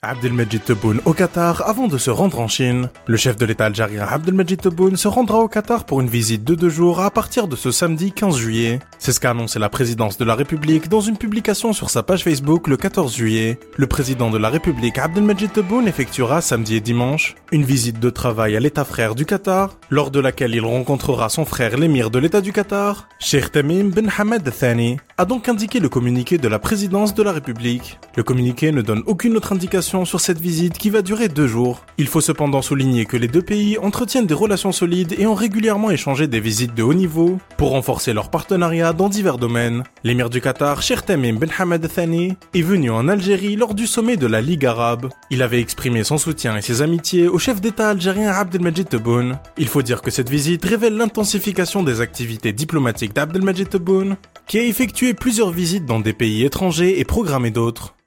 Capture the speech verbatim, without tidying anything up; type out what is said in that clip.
Abdelmajid Tebboune au Qatar avant de se rendre en Chine. Le chef de l'État algérien Abdelmajid Tebboune se rendra au Qatar pour une visite de deux jours à partir de ce samedi quinze juillet. C'est ce qu'a annoncé la présidence de la République dans une publication sur sa page Facebook le quatorze juillet. Le président de la République Abdelmajid Tebboune effectuera samedi et dimanche une visite de travail à l'État frère du Qatar, lors de laquelle il rencontrera son frère l'émir de l'État du Qatar, Cheikh Tamim bin Hamad Al Thani, a donc indiqué le communiqué de la présidence de la République. Le communiqué ne donne aucune autre indication sur cette visite qui va durer deux jours. Il faut cependant souligner que les deux pays entretiennent des relations solides et ont régulièrement échangé des visites de haut niveau pour renforcer leur partenariat dans divers domaines. L'émir du Qatar, Cheikh Tamim bin Hamad Al Thani, est venu en Algérie lors du sommet de la Ligue arabe. Il avait exprimé son soutien et ses amitiés au chef d'État algérien Abdelmajid Tebboune. Il faut dire que cette visite révèle l'intensification des activités diplomatiques d'Abdelmajid Tebboune, qui a effectué plusieurs visites dans des pays étrangers et programmé d'autres.